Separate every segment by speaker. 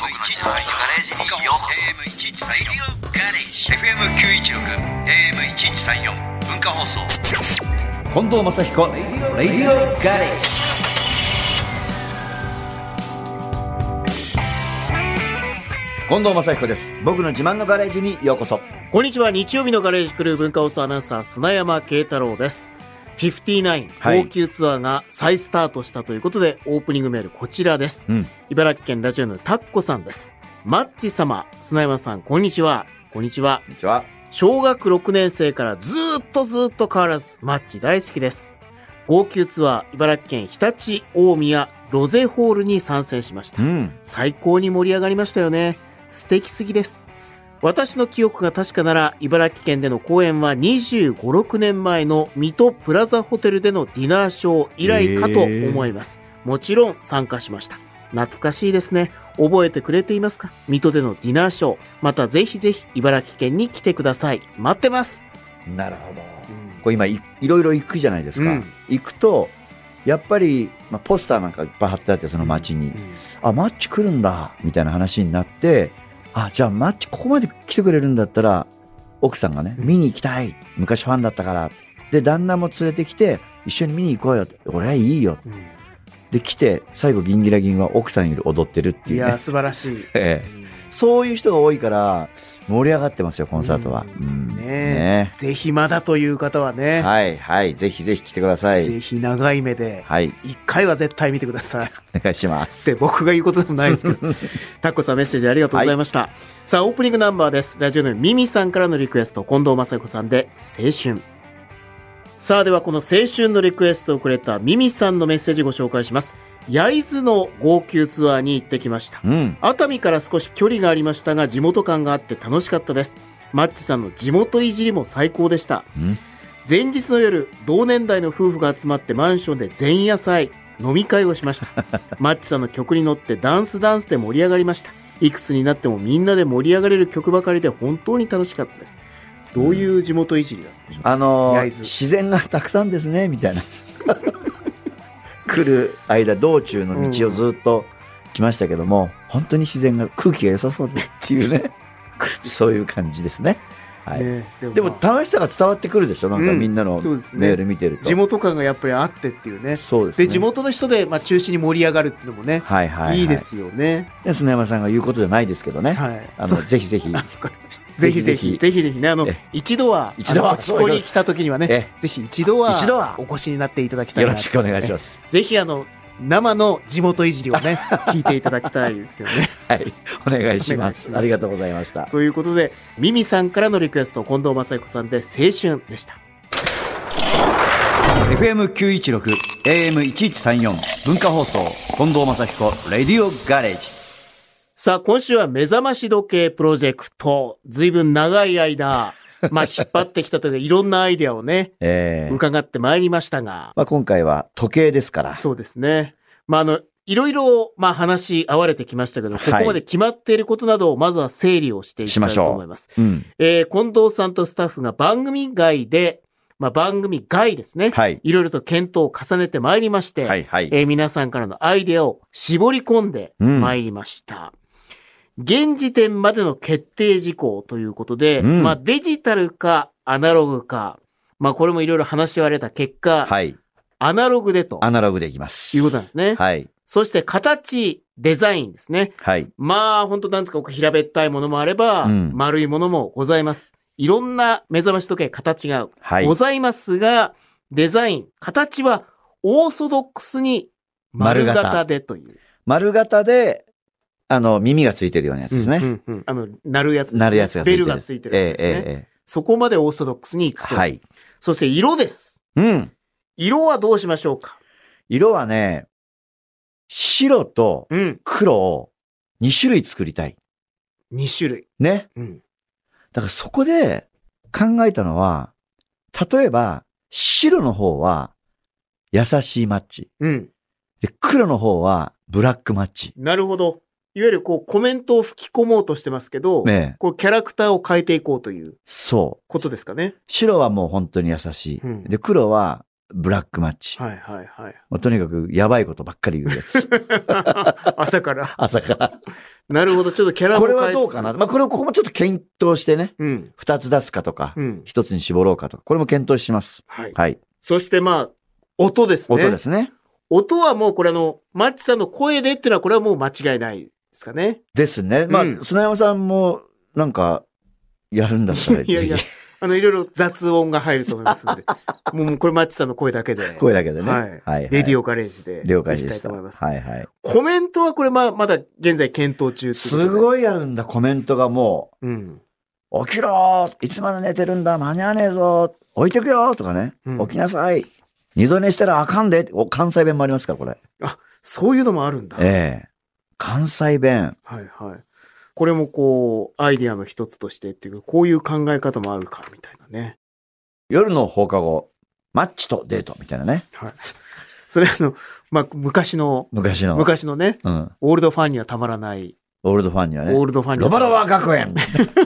Speaker 1: FM1134 ガレージにようこそ。FM916 AM1134 文化放送。
Speaker 2: 近藤正彦レディオガレージ。近藤正彦です。僕の自慢のガレージにようこそ。
Speaker 3: こんにちは。日曜日のガレージクルー文化放送アナウンサー砂山慶太郎です。59高級ツアーが再スタートしたということで、オープニングメールこちらです、茨城県ラジオのタッコさんです。マッチ様、砂山さん、こんにちは。こんにちは。
Speaker 2: こんにちは。
Speaker 3: 小学6年生からずっと変わらずマッチ大好きです。高級ツアー茨城県常陸大宮ロゼホールに参戦しました、最高に盛り上がりましたよね。素敵すぎです。私の記憶が確かなら、茨城県での公演は25、6年前の水戸プラザホテルでのディナーショー以来かと思います。もちろん参加しました。懐かしいですね。覚えてくれていますか？水戸でのディナーショー。またぜひぜひ茨城県に来てください。待ってます。
Speaker 2: なるほど。これ今 いろいろ行くじゃないですか。行くと、やっぱり、ポスターなんかいっぱい貼ってあって、その街に。あ、マッチ来るんだみたいな話になって、あ、じゃあマッチここまで来てくれるんだったら、奥さんがね、見に行きたい。昔ファンだったから。で、旦那も連れてきて、一緒に見に行こうよ。俺はいいよ。で、来て、最後ギンギラギンは奥さんより踊ってるっていうね。
Speaker 3: いや、素晴らしい。
Speaker 2: そういう人が多いから、盛り上がってますよ、コンサートは。
Speaker 3: ね。ぜひまだという方はね。
Speaker 2: はいはい。ぜひぜひ来てください。
Speaker 3: ぜひ長い目で。
Speaker 2: はい。
Speaker 3: 一回は絶対見てください。
Speaker 2: お願いします。
Speaker 3: って僕が言うことでもないですけど。タッコさんメッセージありがとうございました。さあ、オープニングナンバーです。ラジオのミミさんからのリクエスト、近藤正彦さんで青春。さあ、ではこの青春のリクエストをくれたミミさんのメッセージご紹介します。焼津の号泣ツアーに行ってきました、熱海から少し距離がありましたが、地元感があって楽しかったです。マッチさんの地元いじりも最高でした、前日の夜、同年代の夫婦が集まってマンションで前夜祭飲み会をしましたマッチさんの曲に乗ってダンスで盛り上がりました。いくつになってもみんなで盛り上がれる曲ばかりで本当に楽しかったです。どういう地元いじりだったでしょうか？
Speaker 2: 自然がたくさんですねみたいな来る間道中の道をずっと来ましたけども、本当に自然が空気が良さそうでっていうねそういう感じですね。はい、でも楽しさが伝わってくるでしょ。なんかみんなのメール見てると、
Speaker 3: 地元感がやっぱりあってっていうね。
Speaker 2: そうですね。
Speaker 3: で地元の人で、中心に盛り上がるっていうのもね、いいですよね。
Speaker 2: 砂山さんが言うことじゃないですけどね、ぜひぜひ
Speaker 3: ぜひぜひね、一度はチコに来た時にはね、ぜひ一度はお越しになっていただきたいな。
Speaker 2: よろしくお願いします。
Speaker 3: ぜひ生の地元いじりをね聞いていただきたいですよね。
Speaker 2: はい、お願いします。ありがとうございました。
Speaker 3: ということで、ミミさんからのリクエスト、近藤正彦さんで青春でした。
Speaker 2: FM916 AM1134 文化放送、近藤正彦レディオガレージ。
Speaker 3: さあ、今週は目覚まし時計プロジェクト、ずいぶん長い間引っ張ってきたというか、いろんなアイデアをね、伺ってまいりましたが、
Speaker 2: 今回は時計ですから。
Speaker 3: そうですね。いろいろ話し合われてきましたけど、ここまで決まっていることなどをまずは整理をしていきたいと思います。近藤さんとスタッフが番組外で、番組外ですね、いろいろと検討を重ねてまいりまして、皆さんからのアイデアを絞り込んでまいりました。現時点までの決定事項ということで、デジタルかアナログか、これもいろいろ話し合われた結果、アナログでいきます。いうことなんですね。そして形、デザインですね。本当なんとか平べったいものもあれば、丸いものもございます。いろんな目覚まし時計形がございますが、デザイン、形はオーソドックスに丸型でという。
Speaker 2: 丸型で、耳がついてるようなやつですね。
Speaker 3: 鳴るやつですね。
Speaker 2: 鳴るやつがついてる。
Speaker 3: ベルがついてるやつですね。そこまでオーソドックスにいくと。そして色です。色はどうしましょうか？
Speaker 2: 色はね、白と黒を2種類作りたい。
Speaker 3: 2種類。
Speaker 2: ね。だからそこで考えたのは、例えば、白の方は優しいマッチ。で、黒の方はブラックマッチ。
Speaker 3: なるほど。いわゆるコメントを吹き込もうとしてますけど、キャラクターを変えていこうという。ことですかね。
Speaker 2: 白はもう本当に優しい。で、黒はブラックマッチ。
Speaker 3: はいはいはい。
Speaker 2: とにかくやばいことばっかり言うやつ。
Speaker 3: 朝から。
Speaker 2: 朝から。
Speaker 3: なるほど。ちょっとキャラも変えつつ。
Speaker 2: これはどうかな。まあここもちょっと検討してね。
Speaker 3: うん。
Speaker 2: 2つ出すかとか、
Speaker 3: うん、
Speaker 2: 1つに絞ろうかとか、これも検討します。
Speaker 3: はい。
Speaker 2: はい。
Speaker 3: そしてまあ、音ですね。
Speaker 2: 音ですね。
Speaker 3: 音はもうこれマッチさんの声でっていうのはこれはもう間違いないですかね。
Speaker 2: ですね。まあ、砂山さんもなんか、やるんだったら。
Speaker 3: いやいや。いろいろ雑音が入ると思いますんで。もうこれマッチさんの声だけで。
Speaker 2: 声だけでね。
Speaker 3: はい。はい、レディオガレージで。
Speaker 2: 了解で
Speaker 3: したいと思います。
Speaker 2: はいはい。
Speaker 3: コメントはこれまだ現在検討中っていう
Speaker 2: すごいあるんだ、コメントがも
Speaker 3: う。うん。
Speaker 2: 起きろいつまで寝てるんだ間に合わねえぞ置いてくよとかね。うん、起きなさい二度寝したらあかんで関西弁もありますから、これ。
Speaker 3: あ、そういうのもあるんだ。
Speaker 2: ええ。関西弁。
Speaker 3: はいはい。これもアイディアの一つとしてっていうか、こういう考え方もあるからみたいなね。
Speaker 2: 夜の放課後、マッチとデートみたいなね。
Speaker 3: はい。それまあ、昔のね、うん、オールドファンにはたまらない。
Speaker 2: オールドファンにはね。
Speaker 3: オールドファンには。
Speaker 2: ロバロバ学園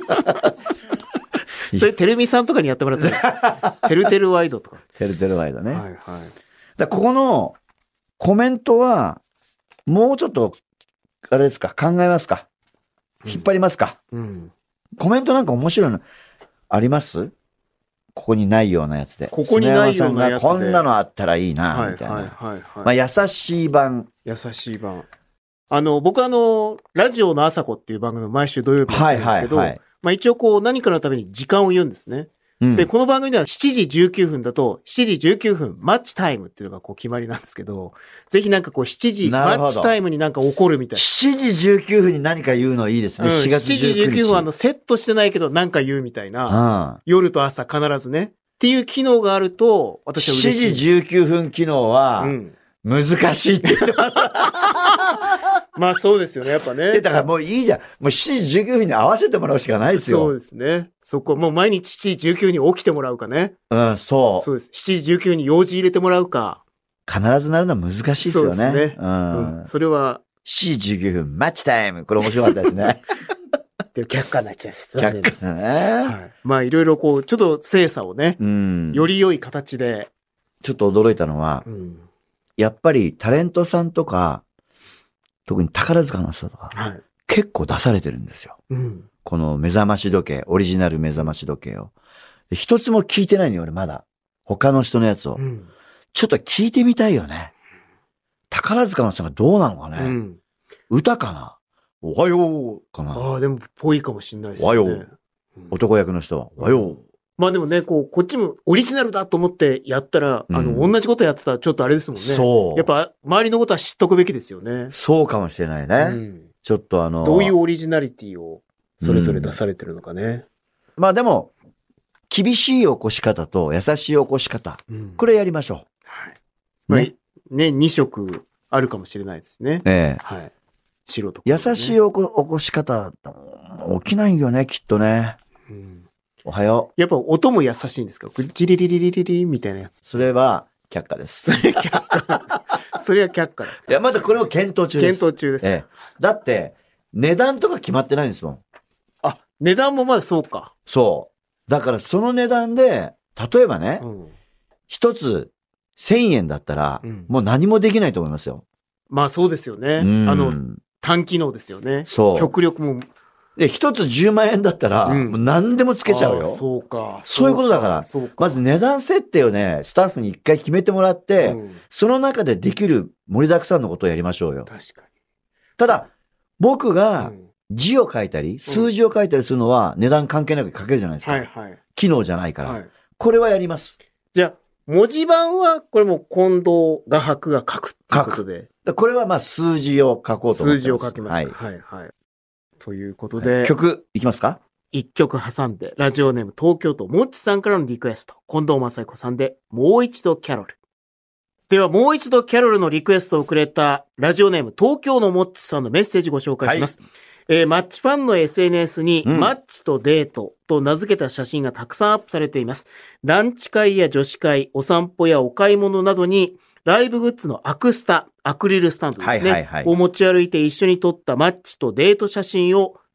Speaker 3: それ、テレビさんとかにやってもらってテルテルワイドとか。
Speaker 2: テルテルワイドね。
Speaker 3: はいはい。
Speaker 2: ここのコメントは、もうちょっと、あれですか、考えますか。引っ張りますか。
Speaker 3: うん。
Speaker 2: コメントなんか面白いのあります？ここにないようなやつで。
Speaker 3: ここにないようなやつで。
Speaker 2: こんなのあったらいいな、みたいな。
Speaker 3: はいはいはい、はい。
Speaker 2: まあ、優しい版。
Speaker 3: 優しい版。僕ラジオの朝子っていう番組を毎週土曜日やってるんですけど、はいはいはい、まあ一応何かのために時間を言うんですね。うん、で、この番組では7時19分だと、7時19分マッチタイムっていうのが決まりなんですけど、ぜひ7時マッチタイムになんか起こるみたいな。
Speaker 2: 7時19分に何か言うのいいですね。4月19日。
Speaker 3: 7時19分はセットしてないけど何か言うみたいな。夜と朝必ずね。っていう機能があると、私は嬉しい。
Speaker 2: 7時19分機能は、難しいって言ってます。
Speaker 3: まあそうですよね、やっぱね。
Speaker 2: だからもういいじゃん。もう7時19分に合わせてもらうしかないですよ。
Speaker 3: そうですね。そこ、もう毎日7時19分に起きてもらうかね。
Speaker 2: うん、そう。
Speaker 3: そうです。7時19分に用事入れてもらうか。
Speaker 2: 必ずなるのは難しいですよね。そうですね。うん。
Speaker 3: それは。
Speaker 2: 7時19分、マッチタイム。これ面白かったですね。
Speaker 3: っていう却下になっちゃいます。
Speaker 2: 却下だね。
Speaker 3: はい。まあいろいろちょっと精査をね、より良い形で。
Speaker 2: ちょっと驚いたのは、やっぱりタレントさんとか、特に宝塚の人とか、はい、結構出されてるんですよ。この目覚まし時計、オリジナル目覚まし時計を。一つも聞いてないのよ、俺まだ。他の人のやつを。ちょっと聞いてみたいよね。宝塚の人がどうなのかね。歌かな、おはようかな。
Speaker 3: ああ、でもぽいかもしれないですね。
Speaker 2: おはよう。男役の人は、おはよう。
Speaker 3: まあでもね、こっちもオリジナルだと思ってやったら、同じことやってたらちょっとあれですもんね。そう。やっぱ、周りのことは知っとくべきですよね。
Speaker 2: そうかもしれないね。ちょっと
Speaker 3: どういうオリジナリティをそれぞれ出されてるのかね。
Speaker 2: まあでも、厳しい起こし方と優しい起こし方。これやりましょう。
Speaker 3: はい。まあ、ね、2色あるかもしれないですね。はい。白とか。
Speaker 2: 優しい起こし方、起きないよね、きっとね。おはよ
Speaker 3: う。やっぱ音も優しいんですか？ジリリリリリリみたいなやつ。
Speaker 2: それは却下です。
Speaker 3: それ却下。それは却下。い
Speaker 2: や、まだこれも検討中です。
Speaker 3: 検討中です。
Speaker 2: だって、値段とか決まってないんですもん。
Speaker 3: あ、値段もまだそうか。
Speaker 2: そう。だからその値段で、例えばね、一つ1000円だったら、もう何もできないと思いますよ。
Speaker 3: まあそうですよね。単機能ですよね。
Speaker 2: そう。
Speaker 3: 極力も。
Speaker 2: で、一つ10万円だったら、もう何でもつけちゃうよ。
Speaker 3: そうか。
Speaker 2: そういうことだから、まず値段設定をね、スタッフに一回決めてもらって、その中でできる盛りだくさんのことをやりましょうよ。
Speaker 3: 確かに。
Speaker 2: ただ、僕が字を書いたり、数字を書いたりするのは値段関係なく書けるじゃないですか。はいはい。機能じゃないから。これはやります。
Speaker 3: じゃあ、文字盤は、これも近藤画伯が書くってことで。
Speaker 2: これはまあ数字を書こうと思ってます。
Speaker 3: 数字を書きます。はいはい。ということで。
Speaker 2: 曲、いきますか？
Speaker 3: 一曲挟んで、ラジオネーム東京都もっちさんからのリクエスト。近藤正彦さんで、もう一度キャロル。では、もう一度キャロルのリクエストをくれた、ラジオネーム東京のもっちさんのメッセージご紹介します。マッチファンの SNS に、マッチとデートと名付けた写真がたくさんアップされています。ランチ会や女子会、お散歩やお買い物などに、ライブグッズのアクリルスタンドですね。を持ち歩いて一緒に撮ったマッチとデート写真を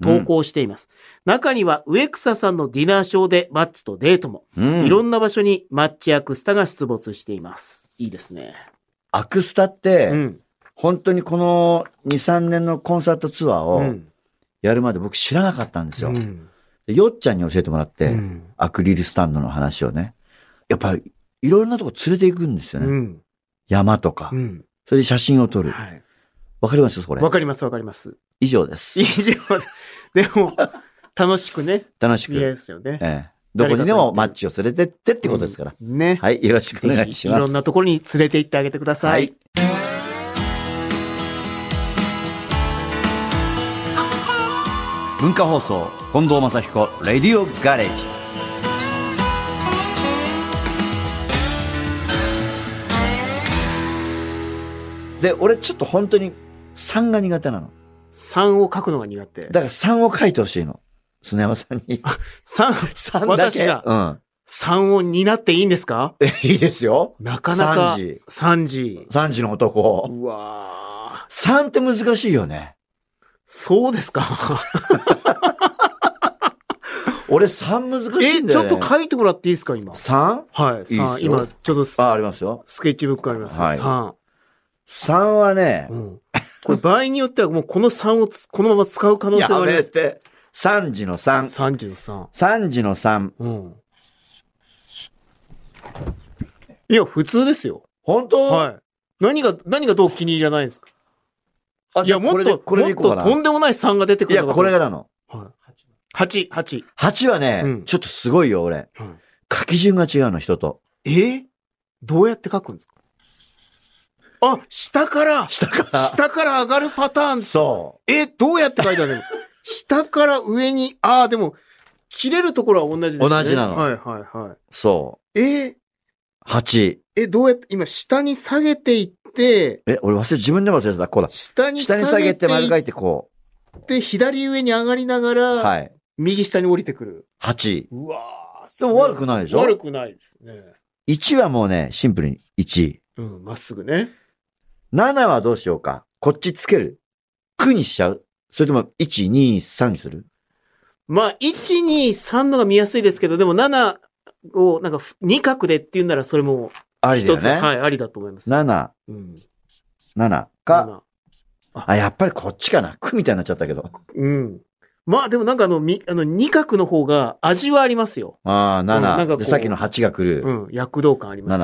Speaker 3: 投稿しています。中には植草さんのディナーショーでマッチとデートも、いろんな場所にマッチアクスタが出没しています。いいですね。
Speaker 2: アクスタって、本当にこの2、3年のコンサートツアーをやるまで僕知らなかったんですよ。でよっちゃんに教えてもらって、アクリルスタンドの話をね。やっぱりいろんなとこ連れて行くんですよね。山とか、それで写真を撮る。わかりますこれ。
Speaker 3: わかりますわかります。
Speaker 2: 以上です。
Speaker 3: 以上。でも、楽しくね。
Speaker 2: 楽しく。
Speaker 3: いいですよね。
Speaker 2: どこにでもマッチを連れてってってことですから。
Speaker 3: ね。
Speaker 2: はい、よろしくお願いします。
Speaker 3: いろんなところに連れて行ってあげてください。はい。
Speaker 2: 文化放送、近藤正彦、レディオガレージ。で、俺ちょっと本当に3が苦手なの。
Speaker 3: 3を書くのが苦手。
Speaker 2: だから3を書いてほしいの。砂山さんに。3だけ。
Speaker 3: 私が。3を担っていいんですか？
Speaker 2: いいですよ。
Speaker 3: なかなか。3時
Speaker 2: の男。
Speaker 3: うわ
Speaker 2: ー。3って難しいよね。
Speaker 3: そうですか。
Speaker 2: 俺3難しいんだよね。
Speaker 3: ちょっと書いてもらっていいですか今。
Speaker 2: 3？
Speaker 3: はい。3。今、ちょっと。
Speaker 2: ありますよ。
Speaker 3: スケッチブックあります。はい、3。
Speaker 2: 3はね、
Speaker 3: これ場合によってはもうこの3をこのまま使う可能性があります。
Speaker 2: やめて。3時の3。
Speaker 3: 3時の3。
Speaker 2: 3時の3。
Speaker 3: いや、普通ですよ。
Speaker 2: 本当？
Speaker 3: はい。何がどう気に入らないんですか？いや、もっととんでもない3が出てくる。
Speaker 2: いや、これがなの。
Speaker 3: はい。8。
Speaker 2: 8はね、ちょっとすごいよ、俺。書き順が違うの、人と。
Speaker 3: どうやって書くんですか？あ、下から上がるパターン。
Speaker 2: そう。
Speaker 3: どうやって書いてあるの？下から上に、でも、切れるところは同じですね。
Speaker 2: 同じなの。
Speaker 3: はい。
Speaker 2: そう。8。
Speaker 3: どうやって、今、下に下げていって、
Speaker 2: 俺自分でも忘れてた。こうだ。
Speaker 3: 下に下
Speaker 2: げて丸書いてこ
Speaker 3: う。で、左上に上がりながら、右下に降りてくる。
Speaker 2: 8。
Speaker 3: うわ
Speaker 2: ー。でも悪くないでしょ？
Speaker 3: 悪くないですね。
Speaker 2: 1はもうね、シンプルに1。
Speaker 3: まっすぐね。
Speaker 2: 7はどうしようか。こっちつける。9にしちゃう？それとも1、2、3にする？
Speaker 3: まあ、1、2、3のが見やすいですけど、でも7をなんか2画でっていうんならそれも
Speaker 2: ありだよね。
Speaker 3: はい、ありだと思います。
Speaker 2: 7。7か。やっぱりこっちかな。9みたいになっちゃったけど。
Speaker 3: まあでもなんか2画の方が味はありますよ。
Speaker 2: 7。なんかで、さっきの8が来る。
Speaker 3: 躍動感あります。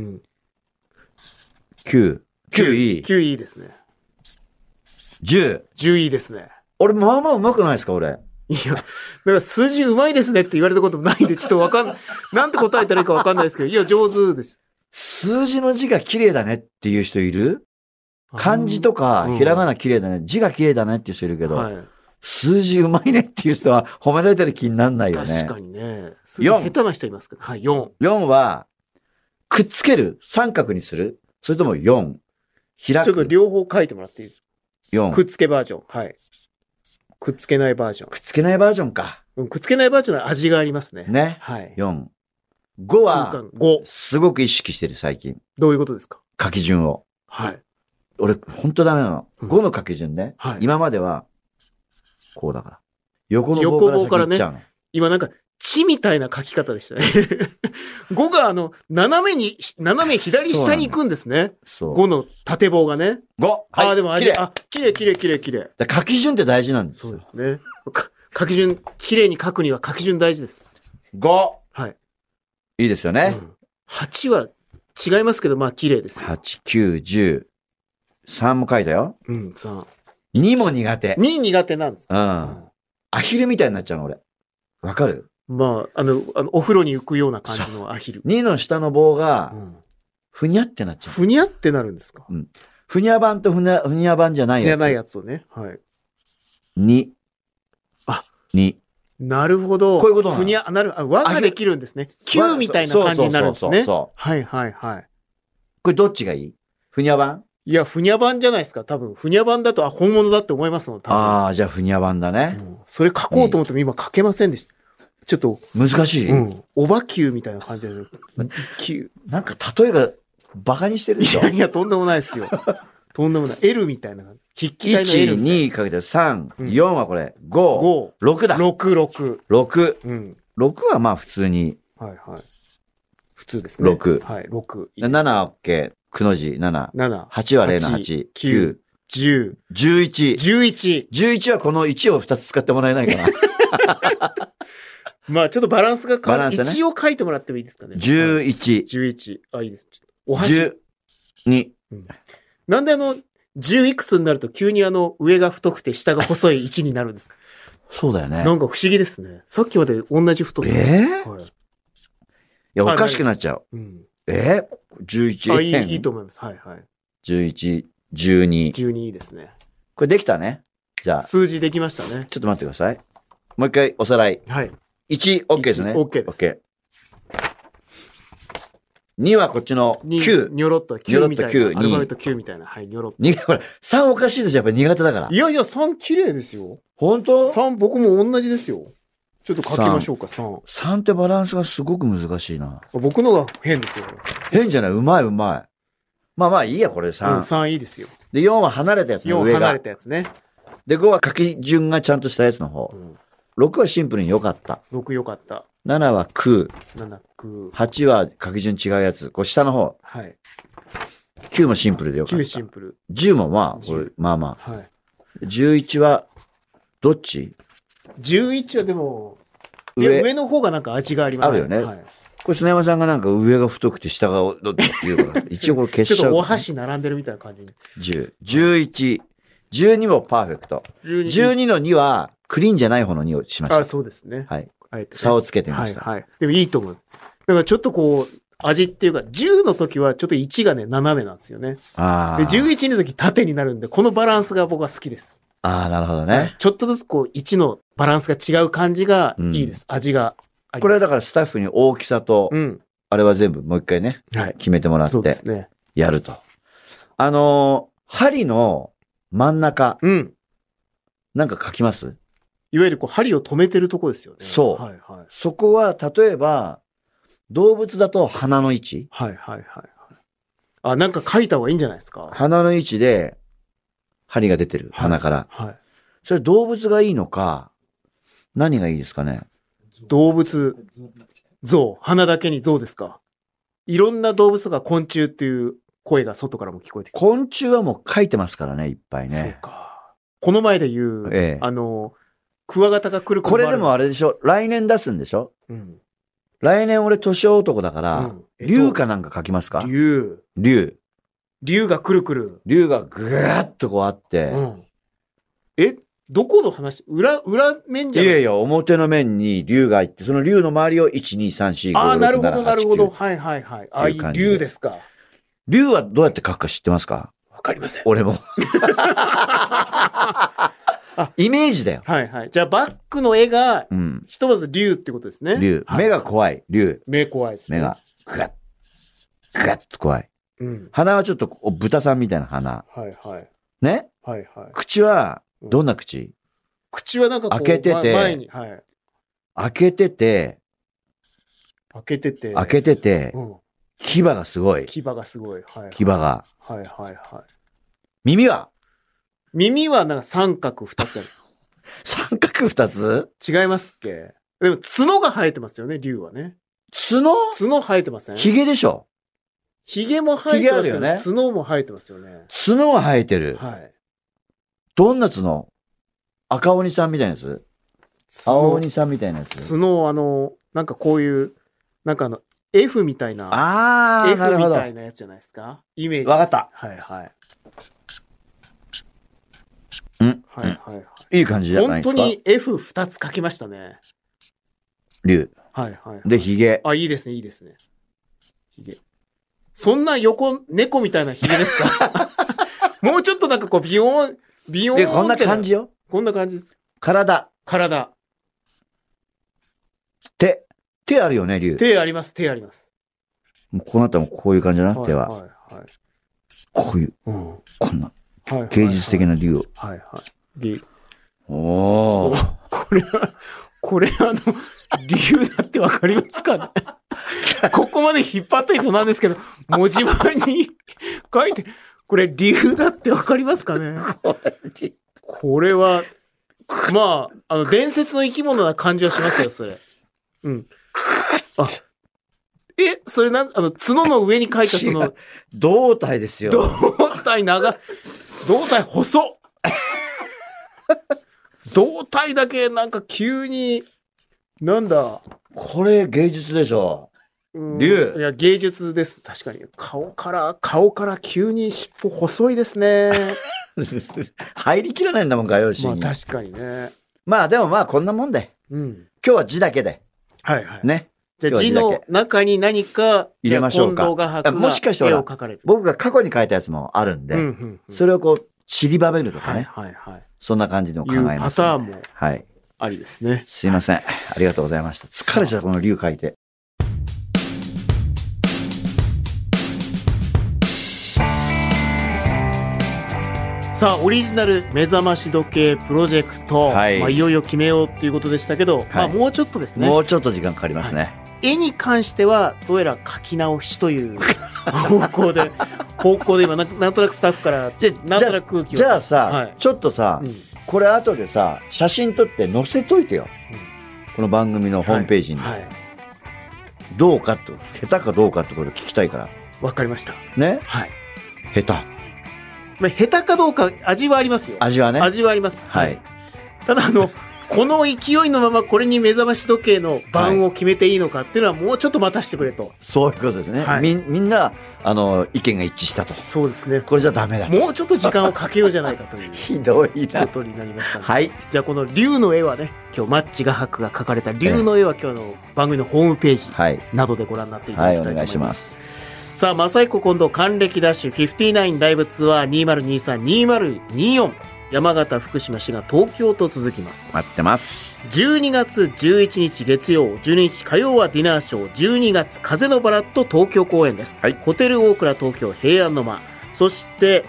Speaker 2: 7、8。9。9いい。
Speaker 3: 9いいですね。
Speaker 2: 10。
Speaker 3: 10いいですね。
Speaker 2: 俺、まあまあ上手くないですか、俺。
Speaker 3: いや、だから数字上手いですねって言われたこともないんで、ちょっとなんて答えたらいいかわかんないですけど、いや、上手です。
Speaker 2: 数字の字が綺麗だねっていう人いる？漢字とか、ひらがな綺麗だね、字が綺麗だねっていう人いるけど、数字上手いねっていう人は褒められてる気になんないよね。
Speaker 3: 確かにね。4。下手な人いますけど、はい、4。
Speaker 2: 4は、くっつける？三角にする？それとも4。開く。
Speaker 3: ちょっと両方書いてもらっていいですか？
Speaker 2: 4。
Speaker 3: くっつけバージョン。はい。くっつけないバージョン。
Speaker 2: くっつけないバージョンか。
Speaker 3: くっつけないバージョンは味がありますね。
Speaker 2: ね。
Speaker 3: はい。
Speaker 2: 4。5は、
Speaker 3: 5。
Speaker 2: すごく意識してる最近。
Speaker 3: どういうことですか？
Speaker 2: 書き順を。
Speaker 3: はい。
Speaker 2: 俺、ほんとダメなの。5の書き順ね。
Speaker 3: はい。
Speaker 2: 今までは、こうだから。横の棒から先行っちゃうの。
Speaker 3: 今なんか、地みたいな書き方でしたね。5が斜め左下に行くんですね。
Speaker 2: そう。
Speaker 3: 5の縦棒がね。
Speaker 2: 5。はい。
Speaker 3: でも綺麗。
Speaker 2: 書き順って大事なんですよ。
Speaker 3: そうですね。書き順、綺麗に書くには書き順大事です。
Speaker 2: 5。
Speaker 3: はい。
Speaker 2: いいですよね。
Speaker 3: 8は違いますけど、まあ綺麗ですよ。
Speaker 2: 8、9、10。3も書いたよ。
Speaker 3: 3。
Speaker 2: 2も苦手。
Speaker 3: 2苦手なんです。
Speaker 2: アヒルみたいになっちゃうの、俺。わかる？
Speaker 3: まあ、お風呂に浮くような感じのアヒル。
Speaker 2: 2の下の棒が、ふにゃってなっちゃう。
Speaker 3: ふにゃってなるんですか？
Speaker 2: ふにゃ版とふにゃ版じゃないやつ。
Speaker 3: じゃないやつをね。はい。
Speaker 2: 2。2。
Speaker 3: なるほど。
Speaker 2: こういうことなの？
Speaker 3: ふにゃ、輪ができるんですね。9みたいな感じになるんですね。
Speaker 2: そう。
Speaker 3: はい。
Speaker 2: これどっちがいい？ふにゃ版？
Speaker 3: いや、ふにゃ版じゃないですか。多分、ふにゃ版だと、本物だって思いますもん、多分。
Speaker 2: じゃあふにゃ版だね。
Speaker 3: それ書こうと思っても今書けませんでした。ちょっと。
Speaker 2: 難しい？
Speaker 3: おばきゅうみたいな感じで。
Speaker 2: なんか例えがバカにしてるでしょ？
Speaker 3: いや、とんでもないですよ。 とんでもない。L みたいな。筆記体の L みたいな。
Speaker 2: 1、2かけて3、4はこれ、5、6だ。
Speaker 3: 6。
Speaker 2: 6。
Speaker 3: うん。
Speaker 2: 6はまあ普通に。
Speaker 3: はいはい。普通ですね。
Speaker 2: 6。
Speaker 3: はい、6。
Speaker 2: 7は OK。くの字7。
Speaker 3: 7。
Speaker 2: 8は0の8。9。
Speaker 3: 10。
Speaker 2: 11。
Speaker 3: 11。
Speaker 2: 11はこの1を2つ使ってもらえないかな。
Speaker 3: まあちょっとバランスが変わる。
Speaker 2: バランスね。
Speaker 3: 1を書いてもらってもいいですかね。
Speaker 2: 11。
Speaker 3: 11。あ、いいです。ちょっとお箸。
Speaker 2: 12。
Speaker 3: なんで10いくつになると急に上が太くて下が細い1になるんですか？
Speaker 2: そうだよね。
Speaker 3: なんか不思議ですね。さっきまで同じ太さです。はい。
Speaker 2: いや、おかしくなっちゃう。11。
Speaker 3: あ、いいと思います。はいはい。
Speaker 2: 11、12。
Speaker 3: 12いいですね。
Speaker 2: これできたね。じゃあ。
Speaker 3: 数字できましたね。
Speaker 2: ちょっと待ってください。もう一回おさらい。
Speaker 3: はい。
Speaker 2: 1、OK ですね。
Speaker 3: OK です。
Speaker 2: OK。2はこっちの9。
Speaker 3: ニョロっと9みたいな。
Speaker 2: 9。
Speaker 3: アルファベット9みたいな。はい、ニョロっと。
Speaker 2: これ、3おかしいでしょ。やっぱ苦手だから。
Speaker 3: いやいや、3綺麗ですよ。
Speaker 2: 本当
Speaker 3: ?3 僕も同じですよ。ちょっと書きましょうか、3。
Speaker 2: 3ってバランスがすごく難しいな。
Speaker 3: 僕のが変ですよ。
Speaker 2: 変じゃない、うまい。まあまあいいや、これ3。
Speaker 3: 3いいですよ。
Speaker 2: で、4は離れたやつの上が。
Speaker 3: 4離れたやつね。
Speaker 2: で、5は書き順がちゃんとしたやつの方。6はシンプルに良かった。
Speaker 3: 6良かった。
Speaker 2: 7は空。
Speaker 3: 7、空。
Speaker 2: 8は書き順違うやつ。こう下の方。
Speaker 3: はい。
Speaker 2: 9もシンプルで良かった。
Speaker 3: 9シンプル。
Speaker 2: 10もまあ、これ、まあまあ。
Speaker 3: はい。
Speaker 2: 11は、どっち
Speaker 3: ?11 はでも、上の方がなんか味がありますね。
Speaker 2: あるよね。はい。これ、砂山さんがなんか上が太くて下がどっちって言うから、一応これ消しちゃう、
Speaker 3: ちょっとお箸並んでるみたいな感じに。
Speaker 2: 10、11、12もパーフェクト。12の2は、クリーンじゃない方の2をしました。
Speaker 3: あ、そうですね。
Speaker 2: はい。差をつけてみました。
Speaker 3: はい。でもいいと思う。だからちょっとこう、味っていうか、10の時はちょっと1がね、斜めなんですよね。で、11の時縦になるんで、このバランスが僕は好きです。
Speaker 2: ああ、なるほどね。
Speaker 3: ちょっとずつこう、1のバランスが違う感じがいいです。味があります。
Speaker 2: これはだからスタッフに大きさと、あれは全部もう一回ね、決めてもらって、やると。針の真ん中、なんか書きます？
Speaker 3: いわゆるこう、針を止めてるとこですよね。
Speaker 2: そう。はいはい。そこは、例えば、動物だと鼻の位置。
Speaker 3: はいはいはい。あ、なんか書いた方がいいんじゃないですか。
Speaker 2: 鼻の位置で、針が出てる。鼻から。はい。それ動物がいいのか、何がいいですかね。
Speaker 3: 動物、象。鼻だけに象ですか。いろんな動物が昆虫っていう声が外からも聞こえてくる。
Speaker 2: 昆虫はもう書いてますからね、いっぱいね。
Speaker 3: そうか。この前で言う、クワガタが来る
Speaker 2: これでもあれでしょ、来年出すんでしょ。来年俺年男だから、竜かなんか書きますか？竜がくるくる。竜がぐーっとこうあって。
Speaker 3: どこの話？裏面じゃない？
Speaker 2: いやいや、表の面に竜が入って、その竜の周りを1、2、3、4、5、6、7、8、9。
Speaker 3: ああ、なるほど、なるほど。はいはいはい。ああいう竜ですか。
Speaker 2: 竜はどうやって書くか知ってますか？
Speaker 3: わかりません。
Speaker 2: 俺も。イメージだよ。
Speaker 3: はいはい。じゃあバックの絵が、ひとまず竜ってことですね。
Speaker 2: 竜。目が怖い。竜。
Speaker 3: 目怖いですね。
Speaker 2: 目が、ぐわっと怖い。鼻はちょっと豚さんみたいな鼻。
Speaker 3: はいはい。
Speaker 2: ね？はいはい。口は、どんな口？
Speaker 3: 口はなんかこう、
Speaker 2: 開けてて、
Speaker 3: 前に、はい。
Speaker 2: 開けてて、牙がすごい。
Speaker 3: 牙がすごい。はい。
Speaker 2: 牙が。
Speaker 3: はいはいはい。
Speaker 2: 耳は
Speaker 3: なんか三角二つある。
Speaker 2: 三角二つ？
Speaker 3: 違いますっけ？でも角が生えてますよね、竜はね。角生えてません？
Speaker 2: ヒゲでしょ？
Speaker 3: ヒゲも生えてますよね。角も生えてますよね。
Speaker 2: 角は生えてる。
Speaker 3: はい。
Speaker 2: どんな角？赤鬼さんみたいなやつ？青鬼さんみたいなやつ？
Speaker 3: 角、なんかこういう、なんかF みたいな。F みたいなやつじゃないですか？イメージ。
Speaker 2: わかった。
Speaker 3: はいはい。
Speaker 2: はいはいはい。いい感じじゃないですか？
Speaker 3: 本当に F2 つ書きましたね。
Speaker 2: 竜。
Speaker 3: はいはい。
Speaker 2: で、ヒゲ。
Speaker 3: あ、いいですね、いいですね。ヒゲ。そんな猫みたいなヒゲですか？もうちょっとなんかこう、ビヨーン。
Speaker 2: で、こんな感じよ。
Speaker 3: こんな感じです。
Speaker 2: 体。手あるよね、竜。
Speaker 3: 手あります。
Speaker 2: もうこうなったらこういう感じだな、手は。はい。こういう、こんな。芸術的な竜を。
Speaker 3: はいはい。
Speaker 2: おー。
Speaker 3: これ竜だってわかりますかね？ここまで引っ張っといてなんですけど、文字盤に書いて、 これ竜だってわかりますかね？これは、まあ、伝説の生き物な感じはしますよ、それ。うん。あ、それ角の上に書いたその、
Speaker 2: 胴体ですよ。
Speaker 3: 胴体細っ胴体だけなんか急に、なんだ。
Speaker 2: これ芸術でしょ。竜。
Speaker 3: いや、芸術です。確かに。顔から急に尻尾細いですね。
Speaker 2: 入りきらないんだもん、画用紙に。
Speaker 3: まあ確かにね。
Speaker 2: まあでもまあこんなもんで。
Speaker 3: うん。
Speaker 2: 今日は字だけで。
Speaker 3: はいはい。
Speaker 2: ね。
Speaker 3: じゃあ字の中に何か
Speaker 2: 入れましょうか。
Speaker 3: 近藤画伯が
Speaker 2: もしかしたら僕が過去に書いたやつもあるんで、それをこう散りばめるとかね。はいはいはい。そんな感じでも考えます。
Speaker 3: パターンも。はい。ありですね。
Speaker 2: すいません。ありがとうございました。疲れちゃったこの竜書いて。
Speaker 3: さあ、オリジナル目覚まし時計プロジェクト。はい。まあ、いよいよ決めようっていうことでしたけど、はい、まあ、もうちょっとですね。
Speaker 2: もうちょっと時間かかりますね。はい、
Speaker 3: 絵に関しては、どうやら書き直しという方向で今なんとなくスタッフから、なんとなく空気を。
Speaker 2: じゃあさ、はい、ちょっとさ、これ後でさ、写真撮って載せといてよ。この番組のホームページに。はいはい、どうかって、下手かどうかってこと聞きたいから。
Speaker 3: わかりました。
Speaker 2: ね。
Speaker 3: はい。
Speaker 2: 下手。
Speaker 3: まあ、下手かどうか味はありますよ。
Speaker 2: 味はね。
Speaker 3: 味はあります。はい。ただこの勢いのままこれに目覚まし時計の番を決めていいのかっていうのはもうちょっと待たせてくれと。
Speaker 2: そういうことですね。はい、みんな、意見が一致したと。
Speaker 3: そうですね。
Speaker 2: これじゃダメだ。
Speaker 3: もうちょっと時間をかけようじゃないかという。
Speaker 2: ひどいな。
Speaker 3: ことになりました、ね。
Speaker 2: はい。
Speaker 3: じゃあこの竜の絵はね、今日マッチ画伯が描かれた竜の絵は今日の番組のホームページなどでご覧になっていただきたいと思います。はい、お願いします。さあ、正彦近藤還暦ダッシュ59ライブツアー2023-2024。山形、福島、滋賀、東京と続きます。
Speaker 2: 待ってます。
Speaker 3: 12月11日月曜、12日火曜はディナーショー、12月風のバラッド東京公演です。はい。ホテルオークラ東京平安の間。そして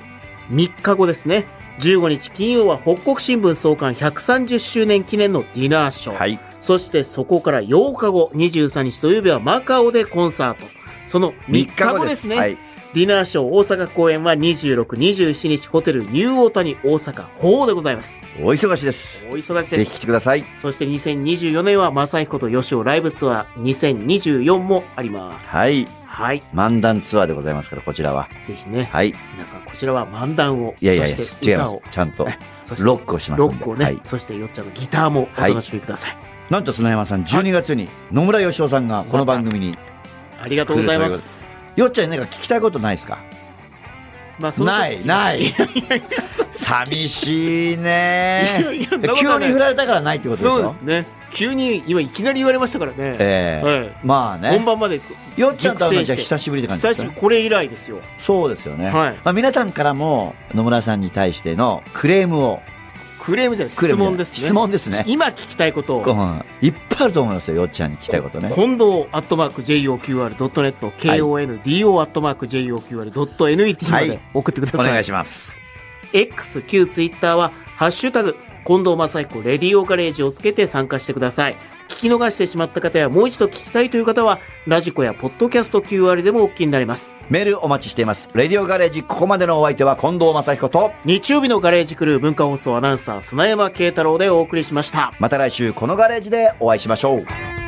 Speaker 3: 3日後ですね。15日金曜は北国新聞創刊130周年記念のディナーショー。はい。そしてそこから8日後、23日土曜日はマカオでコンサート。その3日後ですね。はい、ディナーショー大阪公演は26、27日ホテルニューオータニ大阪ホーでございます。
Speaker 2: お忙しいです。
Speaker 3: お忙しいです。
Speaker 2: ぜひ来てください。
Speaker 3: そして2024年は正彦と吉尾ライブツアー2024もあります。
Speaker 2: はい。
Speaker 3: はい。
Speaker 2: 漫談ツアーでございますから、こちらは。
Speaker 3: ぜひね。
Speaker 2: はい。
Speaker 3: 皆さん、こちらは漫談を、
Speaker 2: そして歌を。ちゃんと、ロックをしますので。
Speaker 3: ロックをね。はい、そしてよっちゃんのギターもお楽しみください。
Speaker 2: なんと砂山さん、12月に野村義雄さんがこの番組に、
Speaker 3: ありがとうございます。
Speaker 2: よっちゃんに何か聞きたいことないですか？
Speaker 3: まあ、
Speaker 2: ない。寂しいね。急に振られたからないってことでしょ？
Speaker 3: そうですね。急に、今いきなり言われましたからね。
Speaker 2: まあね。
Speaker 3: 本番まで。
Speaker 2: よっちゃんと会うのはじゃあ久しぶりって感じですか？
Speaker 3: 久しぶり、これ以来ですよ。
Speaker 2: そうですよね。
Speaker 3: はい。
Speaker 2: まあ皆さんからも野村さんに対してのクレームを。
Speaker 3: クレームじゃない、質問ですね。
Speaker 2: 質問ですね。
Speaker 3: 今聞きたいことを。
Speaker 2: いっぱいあると思いますよ、よっちゃんに聞きたいことね。
Speaker 3: 近藤@joqr.net、kondo@joqr.net まで送ってください。
Speaker 2: お願いします。
Speaker 3: X、旧ツイッターは、ハッシュタグ、近藤正彦レディオガレージをつけて参加してください。聞き逃してしまった方やもう一度聞きたいという方は、ラジコやポッドキャスト QR でもお聞きになれます。
Speaker 2: メールお待ちしています。レディオガレージ、ここまでのお相手は近藤正彦と、
Speaker 3: 日曜日のガレージクルー文化放送アナウンサー、砂山慶太郎でお送りしました。
Speaker 2: また来週このガレージでお会いしましょう。